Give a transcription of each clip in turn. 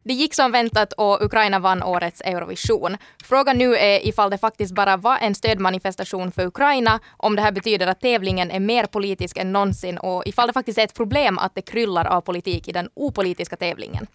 Det gick som väntat och Ukraina vann årets Eurovision. Frågan nu är ifall det faktiskt bara var en stödmanifestation för Ukraina, om det här betyder att tävlingen är mer politisk än någonsin och ifall det faktiskt är ett problem att det kryllar av politik i den opolitiska tävlingen.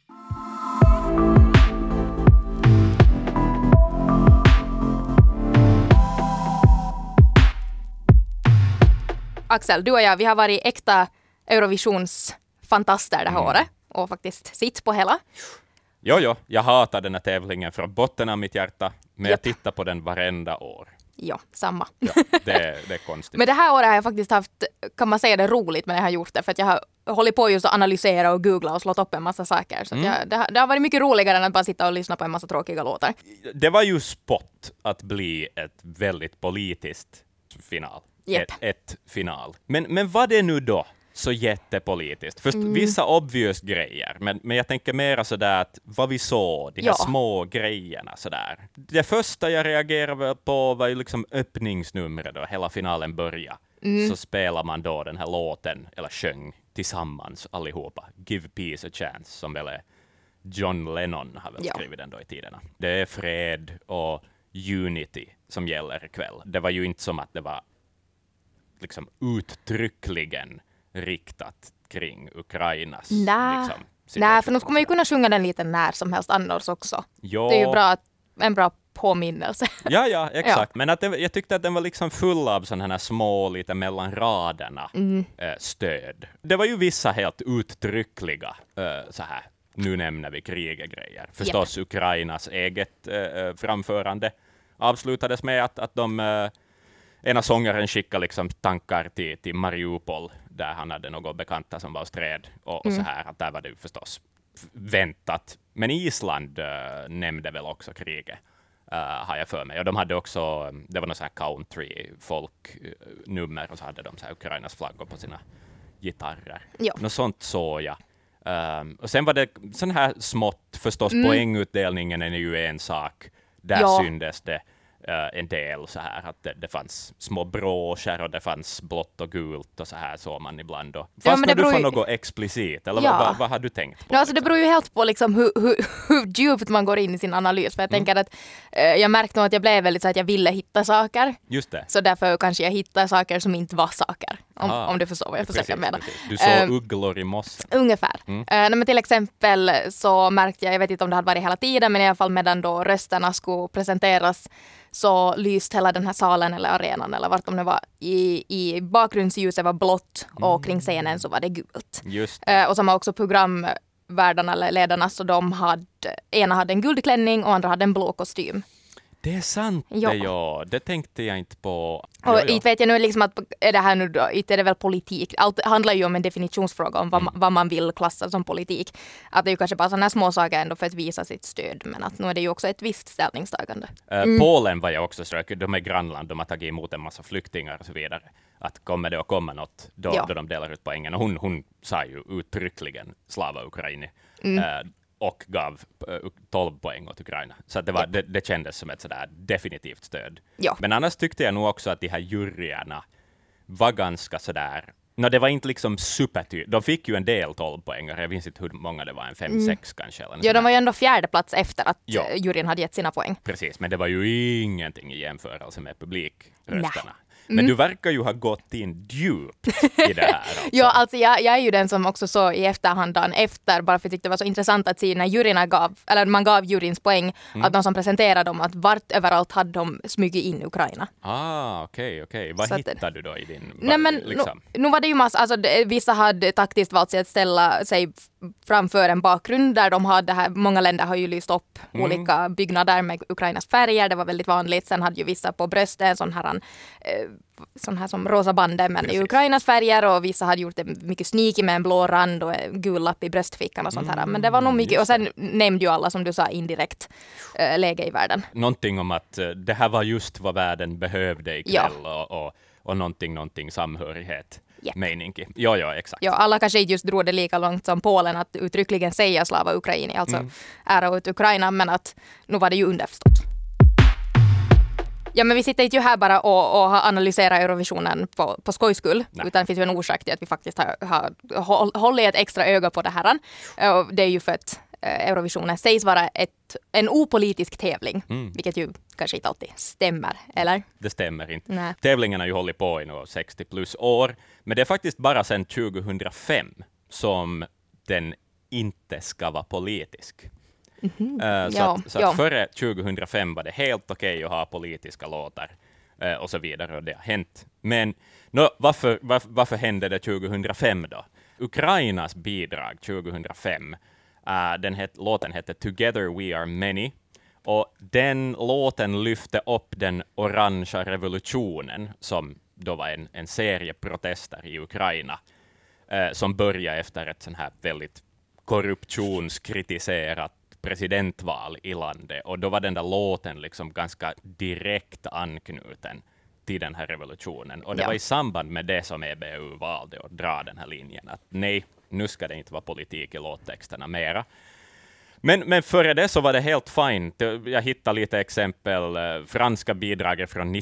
Axel, du och jag, vi har varit äkta Eurovisionsfantaster det här året och faktiskt sitt på hela. Jo, jag hatar den här tävlingen från botten av mitt hjärta, men jag tittar på den varenda år. Ja, samma. Ja, det är konstigt. Men det här året har jag faktiskt haft, kan man säga det, roligt när jag har gjort det, för att jag har hållit på just att analysera och googla och slått upp en massa saker. Så att det har varit mycket roligare än att bara sitta och lyssna på en massa tråkiga låtar. Det var ju spott att bli ett väldigt politiskt final. Yep. Ett final. Men vad det nu då så jättepolitiskt? Först vissa obvious grejer, men jag tänker mera sådär att vad vi såg, de här små grejerna sådär. Det första jag reagerade på var ju liksom öppningsnumret då hela finalen började. Så spelar man då den här låten, eller sjöng tillsammans allihopa. Give Peace a Chance, som väl är John Lennon har väl skrivit den då i tiderna. Det är fred och unity som gäller ikväll. Det var ju inte som att det var liksom uttryckligen riktat kring Ukrainas liksom, nej, för nu skulle man ju kunna sjunga den lite när som helst annars också. Jo. Det är ju en bra påminnelse. Ja, exakt. Men att jag tyckte att den var liksom full av sådana här små, lite mellan raderna stöd. Det var ju vissa helt uttryckliga så här, nu nämner vi kriget-grejer. Förstås Ukrainas eget framförande avslutades med att de ena sångaren skickade liksom tankar till Mariupol, där han hade några bekanta som var och sträd. Och så här, att där var det ju förstås väntat. Men Island nämnde väl också kriget, har jag för mig. Och de hade också, det var någon så här country-folknummer, och så hade de så här Ukrainas flaggor på sina gitarrer. Ja. Något sånt såg jag. Och sen var det sån här smått, förstås poängutdelningen är ju en sak. Där syndes det en del så här, att det fanns små broscher och det fanns blått och gult och så här såg man ibland då. Fastnar du för något explicit, eller vad har du tänkt på? Alltså det beror ju helt på liksom hur djupt man går in i sin analys, för jag tänker att jag märkte nog att jag blev väldigt så att jag ville hitta saker. Just det. Så därför kanske jag hittar saker som inte var saker, om du förstår vad jag försöker mena. Du såg ugglor i mossen. Ungefär. Men till exempel så märkte jag vet inte om det hade varit hela tiden, men i alla fall medan då rösterna skulle presenteras så lyst hela den här salen eller arenan eller vart de nu var i bakgrundsljuset var blått och kring scenen så var det gult. Just. Och som också programvärdarna eller ledarna, så ena hade en guldklänning och andra hade en blå kostym. Det är sant, det tänkte jag inte på. Och inte vet jag nu liksom att är det här nu då, inte är det väl politik. Allt handlar ju om en definitionsfråga om vad man vill klassa som politik. Att det är ju kanske bara sådana här små saker ändå för att visa sitt stöd, men att nu är det ju också ett visst ställningstagande. Polen var jag också strök, de är grannland, de har tagit emot en massa flyktingar och så vidare. Att kommer det att komma något då de delar ut poängen. Och hon sa ju uttryckligen slava Ukraini. Och gav 12 poäng åt Ukraina. Så att det kändes som ett sådär definitivt stöd. Ja. Men annars tyckte jag nog också att de här juryerna var ganska sådär. Det var inte liksom supertydligt. De fick ju en del 12 poäng. Jag vet inte hur många det var, en 5-6 kanske. Eller de var ju ändå 4:e plats efter att juryn hade gett sina poäng. Precis, men det var ju ingenting i jämförelse med publikrösterna. Men du verkar ju ha gått in djupt i det här. Alltså. Ja, alltså jag är ju den som också så i efterhand dagen efter, bara för att jag tyckte det var så intressant att se när juryna man gav juryns poäng, att de som presenterade dem, att vart överallt hade de smugit in Ukraina. Okej. Vad hittade du då i din... Nu var det ju massa, alltså vissa hade taktiskt valt sig att ställa sig framför en bakgrund där de hade här, många länder har ju lyst upp olika byggnader med Ukrainas färger, det var väldigt vanligt. Sen hade ju vissa på bröstet sån här som rosa bandet men i Ukrainas färger, och vissa hade gjort det mycket sneaky med en blå rand och en gul lapp i bröstfickan och sånt här. Men det var nog mycket, och sen nämnde ju alla som du sa indirekt läge i världen. Någonting om att det här var just vad världen behövde ikväll och någonting samhörighet. Yep. Mening. Ja, exakt. Ja, alla kanske inte just drog det lika långt som Polen att uttryckligen säga slava Ukraini, alltså ära åt Ukraina, men att nu var det ju underförstått. Ja, men vi sitter inte ju här bara och har analyserat Eurovisionen på skojs skull, utan det finns ju en orsak till att vi faktiskt har hållit ett extra öga på det här. Och det är ju för att Eurovisionen sägs vara en opolitisk tävling, vilket ju kanske inte alltid stämmer, eller? Det stämmer inte. Nej. Tävlingen har ju hållit på i 60 plus år, men det är faktiskt bara sedan 2005 som den inte ska vara politisk. Så att före 2005 var det helt okej att ha politiska låtar och så vidare, och det har hänt. Men varför hände det 2005 då? Ukrainas bidrag 2005, låten hette Together We Are Many, och den låten lyfte upp den orangea revolutionen, som då var en serie protester i Ukraina, som började efter ett sån här väldigt korruptionskritiserat presidentval i landet, och då var den där låten liksom ganska direkt anknuten till den här revolutionen, och det var i samband med det som EBU valde att dra den här linjen, att nej, nu ska det inte vara politik i låttexterna mera. Men före det så var det helt fint. Jag hittade lite exempel. Franska bidraget från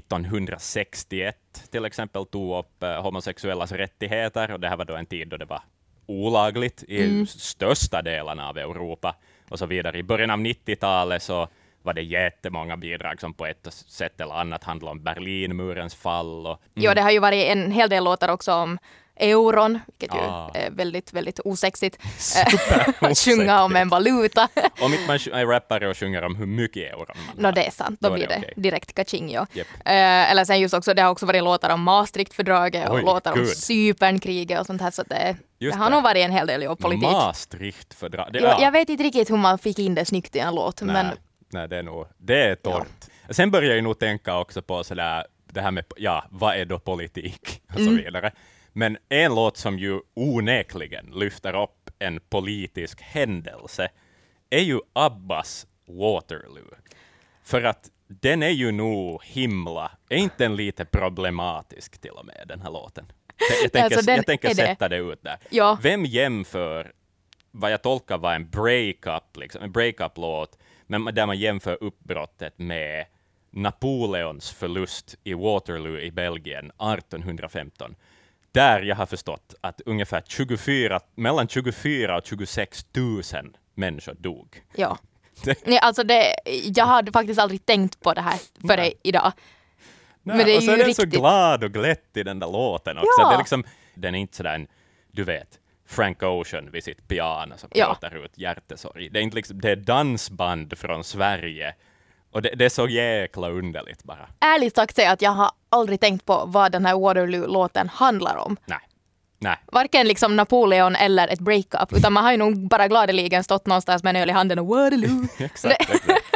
1961 till exempel tog upp homosexuellas rättigheter, och det här var då en tid då det var olagligt i största delarna av Europa och så vidare. I början av 90-talet så var det jättemånga bidrag som på ett sätt eller annat handlade om Berlinmurens fall. Ja, det har ju varit en hel del låtar också om euron, vilket ju är väldigt, väldigt osexigt att sjunga om en valuta. Om inte man är rappare och sjunger om hur mycket euron man har. Det är sant, då blir det direkt kaching. Ja. Yep. Eller sen just också, det har också varit låtar om Maastrichtfördraget och låtar om Cypernkriget och sånt här, så det har nog varit en hel del politik. Maastrichtfördraget. Jag vet inte riktigt hur man fick in det snyggt i en låt. Nej, det är torrt. Ja. Sen börjar jag nog tänka också på sådär, det här med, vad är då politik och så vidare. Men en låt som ju onekligen lyfter upp en politisk händelse är ju Abbas Waterloo. För att den är ju nog är inte den lite problematisk till och med, den här låten? Jag tänker sätta det ut där. Ja. Vem jämför vad jag tolkar var en breakup-låt, men där man jämför uppbrottet med Napoleons förlust i Waterloo i Belgien 1815. Där jag har förstått att ungefär mellan 24 och 26 000 människor dog. Ja. Jag hade faktiskt aldrig tänkt på det här före idag. Nej, men det är och så är den så glad och glätt i den där låten också. Ja. Det är liksom, den är inte sådär, du vet, Frank Ocean vid sitt piano som pratar ut hjärtesorg. Det är inte liksom, det är dansband från Sverige. Och det är så jäkla underligt bara. Ärligt sagt säger att jag har aldrig tänkt på vad den här Waterloo-låten handlar om. Nej. Varken liksom Napoleon eller ett breakup, utan man har ju nog bara gladeligen stått någonstans med en öl i handen och Waterloo. Exakt.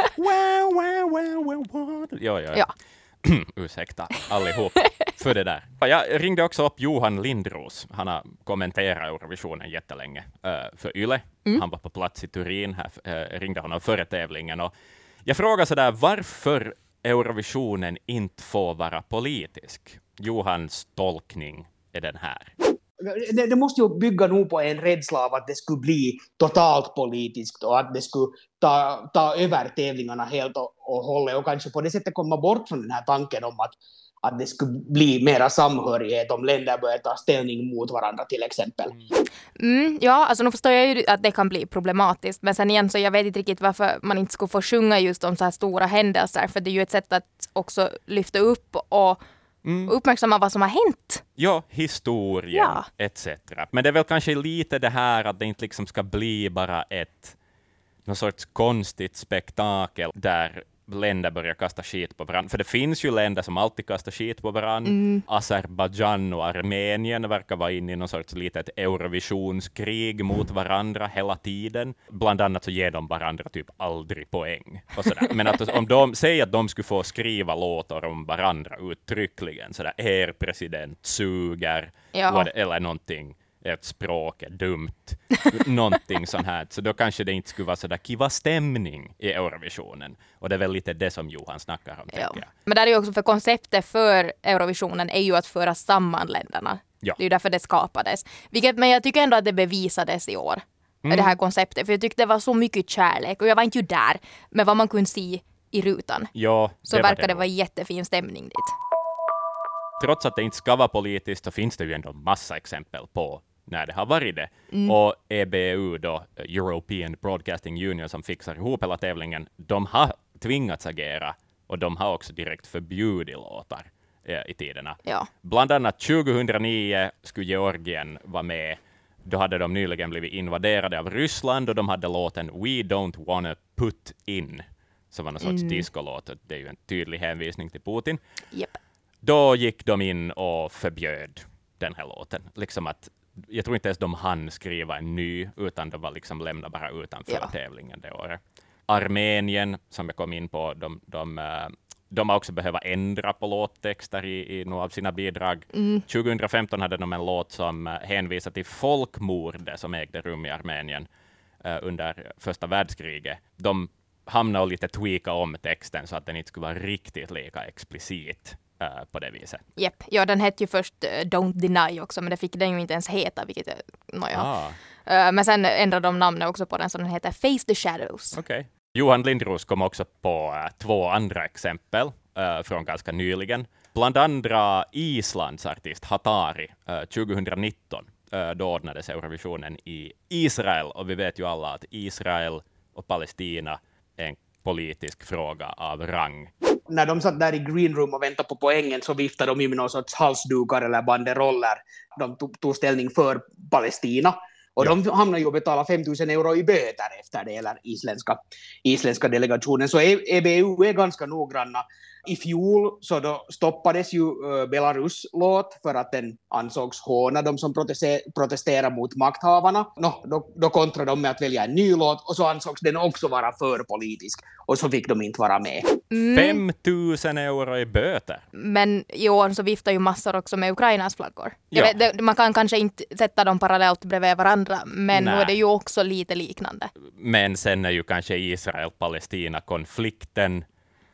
Ja. Ursäkta allihop för det där. Jag ringde också upp Johan Lindros. Han har kommenterat Eurovisionen jättelänge för Yle. Han var på plats i Turin. Här ringde honom före tävlingen. Och jag frågar sådär, varför Eurovisionen inte får vara politisk? Johans tolkning är den här. Det måste ju bygga nog på en rädsla av att det skulle bli totalt politiskt och att det skulle ta över tävlingarna helt och hållet, och kanske på det sättet komma bort från den här tanken om att det skulle bli mera samhörighet om länder börjar ta ställning mot varandra till exempel. Ja, alltså nu förstår jag ju att det kan bli problematiskt, men sen igen så jag vet inte riktigt varför man inte skulle få sjunga just om så här stora händelser, för det är ju ett sätt att också lyfta upp och uppmärksamma vad som har hänt. Ja, historien etc. Men det är väl kanske lite det här att det inte liksom ska bli bara någon sorts konstigt spektakel där länder börjar kasta skit på varandra. För det finns ju länder som alltid kastar skit på varandra. Azerbaijan och Armenien verkar vara inne i någon sorts litet Eurovisionskrig mot varandra hela tiden. Bland annat så ger de varandra typ aldrig poäng. Och sådär. Men att om de säger att de skulle få skriva låtar om varandra uttryckligen, sådär, er president suger eller någonting, ert språk är dumt, någonting sånt här. Så då kanske det inte skulle vara sådär kiva stämning i Eurovisionen. Och det är väl lite det som Johan snackar om, tänker jag. Men det är ju också för konceptet för Eurovisionen är ju att föra samman länderna. Ja. Det är ju därför det skapades. Men jag tycker ändå att det bevisades i år, det här konceptet. För jag tyckte det var så mycket kärlek. Och jag var inte ju där, men vad man kunde se i rutan. Ja, så verkar det vara jättefin stämning dit. Trots att det inte ska vara politiskt så finns det ju ändå massa exempel på när det har varit det. Och EBU då, European Broadcasting Union, som fixar ihop hela tävlingen, de har tvingats agera och de har också direkt förbjudit låtar i tiderna. Ja. Bland annat 2009 skulle Georgien vara med. Då hade de nyligen blivit invaderade av Ryssland och de hade låten We Don't Wanna Put In, som var någon sorts discolåt. Det är ju en tydlig hänvisning till Putin. Yep. Då gick de in och förbjöd den här låten. Liksom att, jag tror inte ens de hann skriva en ny, utan de var liksom lämna bara utanför tävlingen det året. Armenien, som jag kom in på, de har också behövt ändra på låttexter i några av sina bidrag. 2015 hade de en låt som hänvisar till folkmordet som ägde rum i Armenien under första världskriget. De hamnade och lite tweaka om texten så att den inte skulle vara riktigt lika explicit på det viset. Yep. Ja, den hette ju först Don't Deny också, men det fick den ju inte ens heta, vilket men sen ändrade de namnet också på den, så den heter Face the Shadows. Okay. Johan Lindros kom också på 2 andra exempel från ganska nyligen. Bland andra Islands artist Hatari 2019. Då ordnades Eurovisionen i Israel, och vi vet ju alla att Israel och Palestina är en politisk fråga av rang. När de satt där i green room och väntade på poängen så viftade de med någon sorts halsdukar eller banderoller. De tog ställning för Palestina. Och de hamnar ju att betala 5 000 euro i böter efter det, eller isländska delegationen. Så EBU är ganska noggranna. I fjol så då stoppades ju Belarus låt för att den ansågs håna de som protesterar mot makthavarna. Då kontrade de med att välja en ny låt, och så ansågs den också vara för politisk. Och så fick de inte vara med. 5 000 euro i böter. Men i år så viftar ju massor också med Ukrainas flaggor. Ja. Man kan kanske inte sätta dem parallellt bredvid varandra, men nu är det ju också lite liknande. Men sen är ju kanske Israel-Palestina-konflikten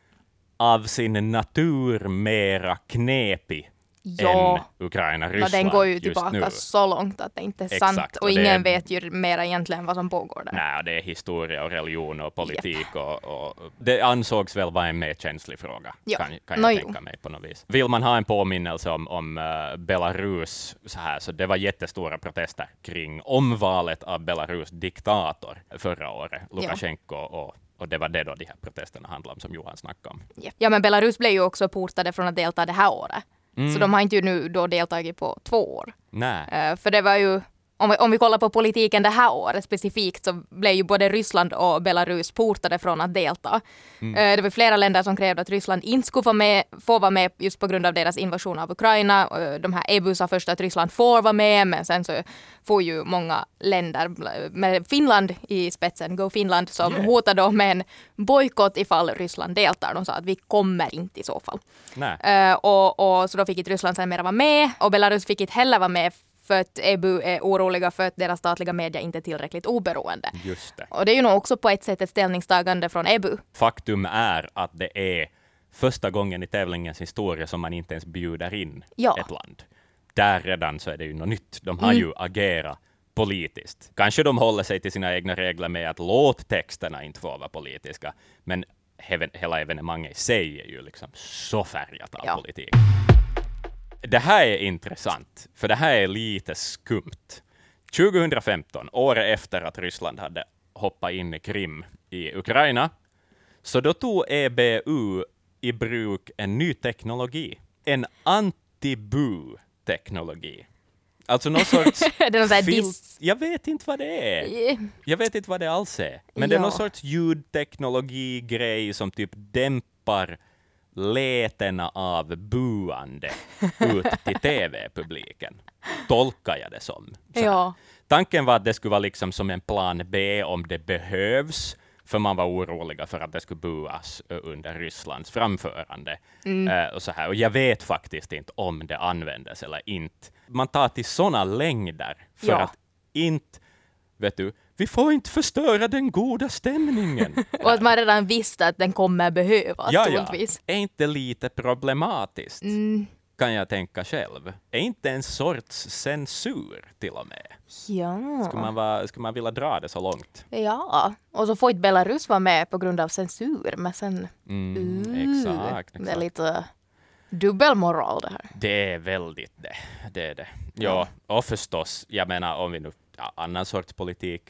av sin natur mera knepig än Ukraina-Ryssland. Den går ju tillbaka så långt att det inte är sant. Och ingen vet ju mer egentligen vad som pågår där. Nej, det är historia och religion och politik. Och det ansågs väl vara en mer känslig fråga. Kan jag tänka mig på något vis. Vill man ha en påminnelse om Belarus så det var jättestora protester kring omvalet av Belarus diktator förra året. Lukasjenko och det var det då de här protesterna handlade om, som Johan snackade om. Ja, men Belarus blev ju också portade från att delta det här året. Så de har inte ju nu då deltagit på 2 år. Nej. För det var ju, om vi kollar på politiken det här året specifikt, så blev ju både Ryssland och Belarus portade från att delta. Det var flera länder som krävde att Ryssland inte skulle få vara med just på grund av deras invasion av Ukraina. De här EBU sa först att Ryssland får vara med, men sen så får ju många länder med Finland i spetsen, Go Finland, som hotade med en bojkott ifall Ryssland deltar. De sa att vi kommer inte i så fall. Och så då fick inte Ryssland sen mera vara med, och Belarus fick inte heller vara med för att EBU är oroliga för att deras statliga media inte är tillräckligt oberoende. Just det. Och det är ju nog också på ett sätt ett ställningstagande från EBU. Faktum är att det är första gången i tävlingens historia som man inte ens bjuder in ett land. Där redan så är det ju något nytt. De har ju agerat politiskt. Kanske de håller sig till sina egna regler med att låttexterna inte får vara politiska, men hela evenemanget i sig är ju liksom så färgat av politik. Det här är intressant, för det här är lite skumt. 2015, året efter att Ryssland hade hoppat in i Krim i Ukraina, så då tog EBU i bruk en ny teknologi. En anti-bu-teknologi. Alltså någon sorts jag vet inte vad det är. Jag vet inte vad det alls är. Men det är någon sorts ljudteknologi-grej som typ dämpar lätena av buande ut till tv-publiken. Tolkar jag det som. Tanken var att det skulle vara liksom som en plan B om det behövs, för man var oroliga för att det skulle buas under Rysslands framförande. Och så här. Och jag vet faktiskt inte om det användes eller inte. Man tar till sådana längder för att inte, vet du, vi får inte förstöra den goda stämningen. Och att man redan visste att den kommer behövas. Är inte lite problematiskt? Kan jag tänka själv. Är inte en sorts censur till och med? Ska man vilja dra det så långt? Ja, och så får inte Belarus vara med på grund av censur. Men sen... Exakt. Det är lite... dubbelmoral det här. Det är väldigt det. Det är det. Ja, och förstås, jag menar om vi nu, annan sorts politik,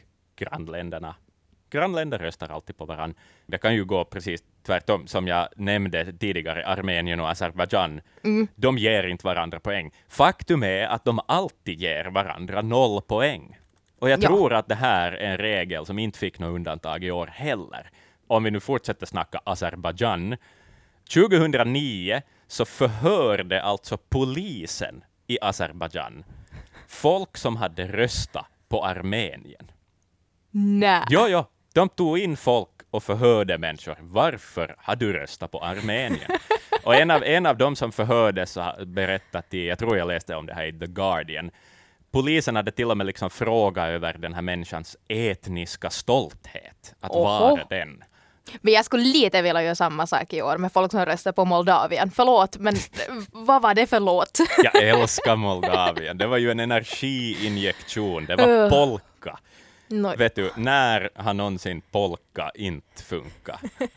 grannländer röstar alltid på varandra. Det kan ju gå precis tvärtom, som jag nämnde tidigare, Armenien och Azerbaijan. De ger inte varandra poäng. Faktum är att de alltid ger varandra 0 poäng. Och jag tror att det här är en regel som inte fick något undantag i år heller. Om vi nu fortsätter snacka Azerbaijan. 2009 så förhörde alltså polisen i Azerbaijan folk som hade röstat på Armenien. Nej. Ja, de tog in folk och förhörde människor. Varför har du röstat på Armenien? Och en av dem som förhördes har berättat jag tror jag läste om det här i The Guardian. Polisen hade till och med liksom frågat över den här människans etniska stolthet. Att vara den. Men jag skulle lite vilja göra samma sak i år med folk som röstar på Moldavien. Förlåt, men vad var det för låt? Jag älskar Moldavien. Det var ju en energiinjektion. Det var polka. Vet du, när har någonsin polka inte funkat?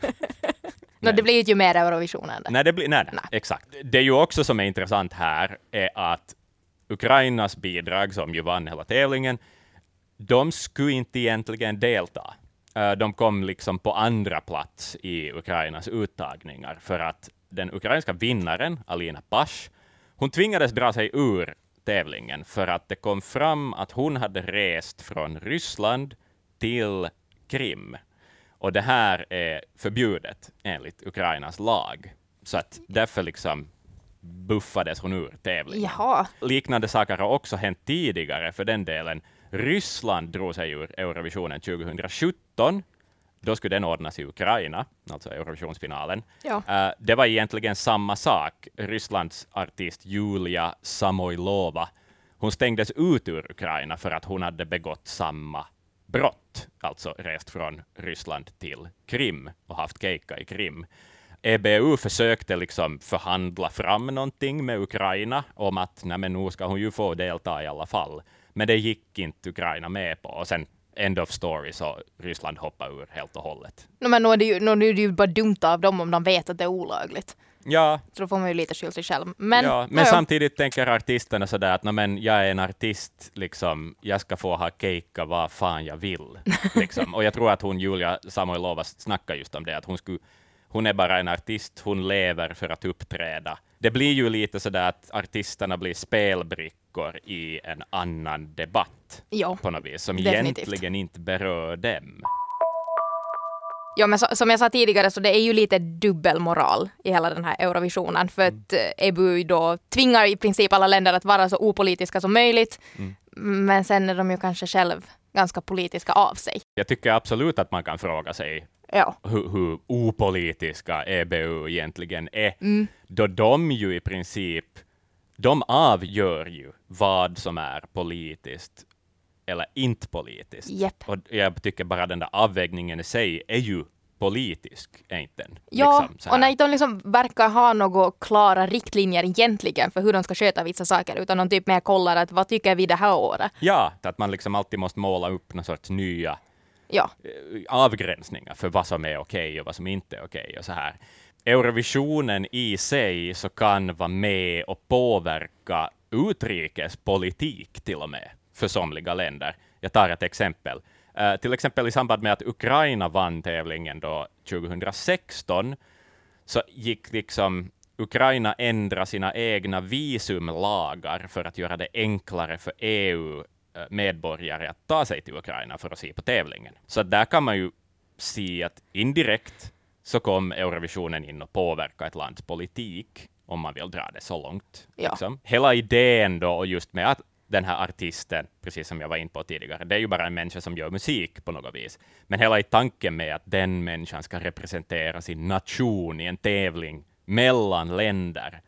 Det blir ju mer Eurovisionen. Nej, exakt. Det är ju också som är intressant här är att Ukrainas bidrag, som ju vann hela tävlingen, de skulle inte egentligen delta. De kom liksom på andra plats i Ukrainas uttagningar för att den ukrainska vinnaren, Alina Pash, hon tvingades dra sig ur tävlingen för att det kom fram att hon hade rest från Ryssland till Krim. Och det här är förbjudet enligt Ukrainas lag. Så att därför liksom buffades hon ur tävlingen. Jaha. Liknande saker har också hänt tidigare för den delen. Ryssland drog sig ur Eurovisionen 2017. Då skulle den ordnas i Ukraina, alltså Eurovisionsfinalen. Ja. Det var egentligen samma sak. Rysslands artist Julia Samoilova, hon stängdes ut ur Ukraina för att hon hade begått samma brott, alltså rest från Ryssland till Krim och haft keikka i Krim. EBU försökte liksom förhandla fram någonting med Ukraina om att nu ska hon ju få delta i alla fall. Men det gick inte Ukraina med på. Och sen end of story så Ryssland hoppar ur helt och hållet. Men nu är det ju bara dumt av dem om de vet att det är olagligt. Ja. Så då får man ju lite skylla sig själv. Men samtidigt tänker artisterna sådär att jag är en artist, liksom, jag ska få ha keikka vad fan jag vill. Liksom. Och jag tror att Julia Samoilova snackar just om det, att hon är bara en artist, hon lever för att uppträda. Det blir ju lite sådär att artisterna blir spelbrickor i en annan debatt på något vis, som egentligen inte berör dem. Ja, men som jag sa tidigare så det är ju lite dubbelmoral i hela den här Eurovisionen för att EBU då tvingar i princip alla länder att vara så opolitiska som möjligt. Men sen är de ju kanske själv ganska politiska av sig. Jag tycker absolut att man kan fråga sig hur opolitiska EBU egentligen är. Då de ju i princip, de avgör ju vad som är politiskt eller inte politiskt. Yep. Och jag tycker bara den där avvägningen i sig är ju politisk, är inte den? Ja, liksom, och när de liksom verkar ha några klara riktlinjer egentligen för hur de ska sköta vissa saker, utan de typ mer kollar att vad tycker vi det här året? Ja, att man liksom alltid måste måla upp någon sorts nya avgränsningar för vad som är okej och vad som inte är okej och så här. Eurovisionen i sig så kan vara med och påverka utrikespolitik till och med för somliga länder. Jag tar ett exempel. Till exempel i samband med att Ukraina vann tävlingen då 2016 så gick liksom Ukraina ändra sina egna visumlagar för att göra det enklare för EU-medborgare att ta sig till Ukraina för att se på tävlingen. Så där kan man ju se att indirekt så kom Eurovisionen in och påverka ett lands politik, om man vill dra det så långt. Ja. Liksom. Hela idén då, och just med att den här artisten, precis som jag var in på tidigare, det är ju bara en människa som gör musik på något vis. Men hela tanken med att den människan ska representera sin nation i en tävling mellan länder,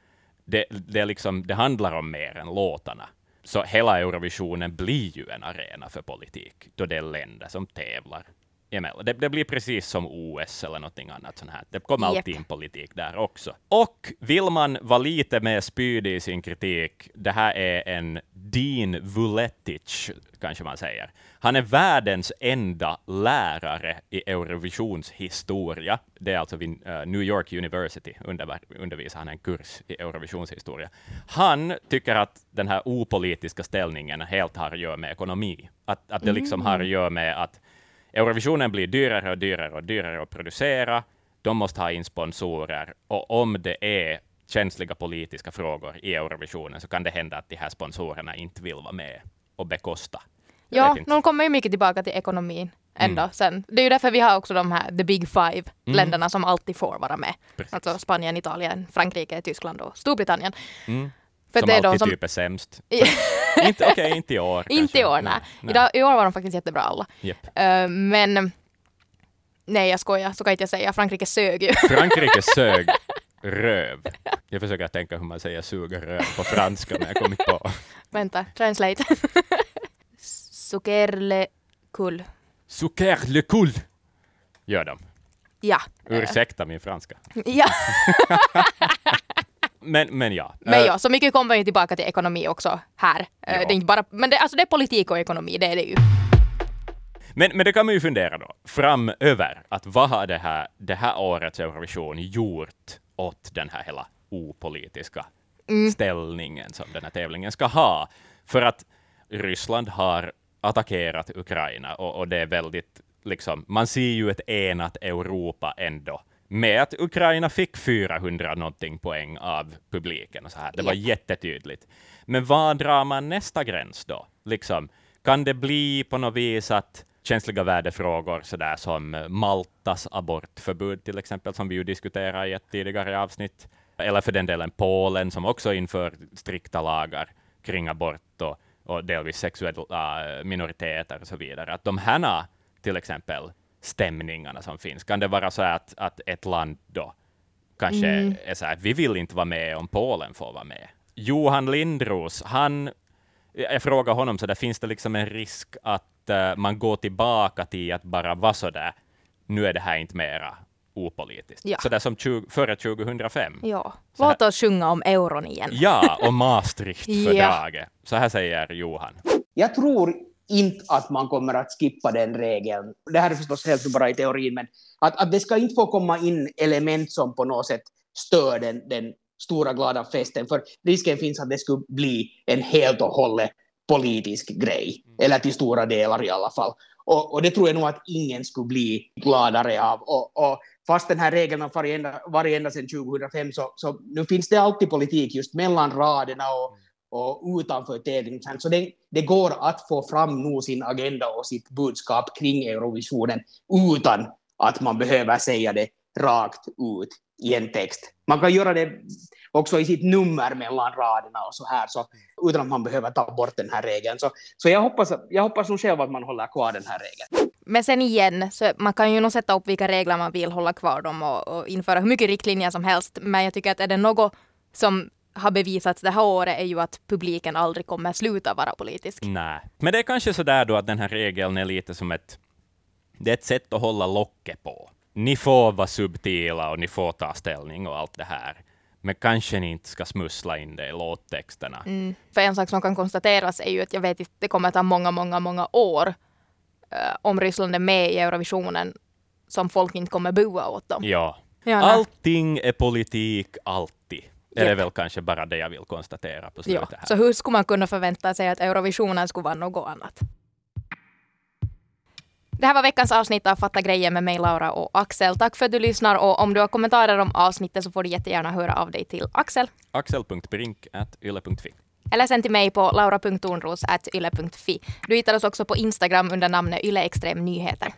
det handlar om mer än låtarna. Så hela Eurovisionen blir ju en arena för politik, då det är länder som tävlar emellan. Det blir precis som OS eller någonting annat sånt här. Det kommer alltid in politik där också. Och vill man vara lite mer spydig i sin kritik, det här är en Dean Vuletic, kanske man säger. Han är världens enda lärare i Eurovisionshistoria. Det är alltså vid New York University undervisar han en kurs i Eurovisionshistoria. Han tycker att den här opolitiska ställningen helt har att göra med ekonomi. Att det liksom har att göra med att Eurovisionen blir dyrare och dyrare och dyrare att producera. De måste ha in sponsorer. Och om det är känsliga politiska frågor i Eurovisionen så kan det hända att de här sponsorerna inte vill vara med och bekosta. Ja, de kommer ju mycket tillbaka till ekonomin ändå sen. Det är ju därför vi har också de här The Big Five länderna som alltid får vara med. Precis. Alltså Spanien, Italien, Frankrike, Tyskland och Storbritannien. För som det är alltid typ är sämst. Inte i år. Inte i år, nej. I år var de faktiskt jättebra alla. Yep. Men nej, jag skojar. Så kan inte jag säga. Frankrike sög ju. Frankrike sög röv. Jag försöker tänka hur man säger suga röv på franska, men jag kom inte på. Vänta, translate. Sucre le cool. Sucre le cool. Gör de. Ja. Ursäkta min franska. Ja. Men ja. Men ja, så mycket kommer ju tillbaka till ekonomi också här. Det är inte bara, men det är politik och ekonomi, det är det ju. Men det kan man ju fundera då, framöver, att vad har det här årets Eurovision gjort åt den här hela opolitiska ställningen som den här tävlingen ska ha? För att Ryssland har attackerat Ukraina och det är väldigt, liksom, man ser ju ett enat Europa ändå. Med att Ukraina fick 400 någonting poäng av publiken och så här. Det var jättetydligt. Men vad drar man nästa gräns då? Liksom, kan det bli på något vis att känsliga värdefrågor sådär som Maltas abortförbud till exempel, som vi ju diskuterade i ett tidigare avsnitt, eller för den delen Polen som också inför strikta lagar kring abort och delvis sexuella minoriteter och så vidare. Att de här till exempel stämningarna som finns, kan det vara så att ett land då kanske är så här, vi vill inte vara med om Polen får vara med. Johan Lindros, jag frågar honom så där, finns det liksom en risk att man går tillbaka till att bara vara så där, nu är det här inte mera opolitiskt. Ja. Så där som före 2005. Ja, låt oss sjunga om euron igen. Ja, och Maastricht-fördraget. Så här säger Johan. Jag tror inte att man kommer att skippa den regeln. Det här är förstås helt bara i teorin, men att det ska inte få komma in element som på något sätt stör den stora glada festen, för risken finns att det skulle bli en helt och hållet politisk grej, eller till stora delar i alla fall. Och det tror jag nog att ingen skulle bli gladare av. Och fast den här regeln har varit ända sedan 2005, så nu finns det alltid politik just mellan raderna och utanför tävlingen. Så det går att få fram nu sin agenda och sitt budskap kring Eurovisionen utan att man behöver säga det rakt ut i en text. Man kan göra det också i sitt nummer mellan raderna och så här, så utan att man behöver ta bort den här regeln. Så jag hoppas nog själv att man håller kvar den här regeln. Men sen igen, så man kan ju nog sätta upp vilka regler man vill, hålla kvar dem och införa hur mycket riktlinjer som helst. Men jag tycker att är det något som har bevisats det här året är ju att publiken aldrig kommer sluta vara politisk. Nej, men det är kanske så där då att den här regeln är lite som ett sätt att hålla locket på. Ni får vara subtila och ni får ta ställning och allt det här. Men kanske ni inte ska smussla in det i låttexterna. För en sak som kan konstateras är ju att jag vet att det kommer att ta många år om Ryssland är med i Eurovisionen som folk inte kommer bua åt dem. Ja. Allting är politik, alltid. Det är väl kanske bara det jag vill konstatera på slutet här. Så hur skulle man kunna förvänta sig att Eurovisionen skulle vara något annat? Det här var veckans avsnitt av Fatta grejer med mig, Laura och Axel. Tack för att du lyssnar, och om du har kommentarer om avsnittet så får du jättegärna höra av dig till Axel. axel.brink@yle.fi. Eller sen till mig på laura.tornros@yle.fi. Du hittar oss också på Instagram under namnet Yle Extrem Nyheter.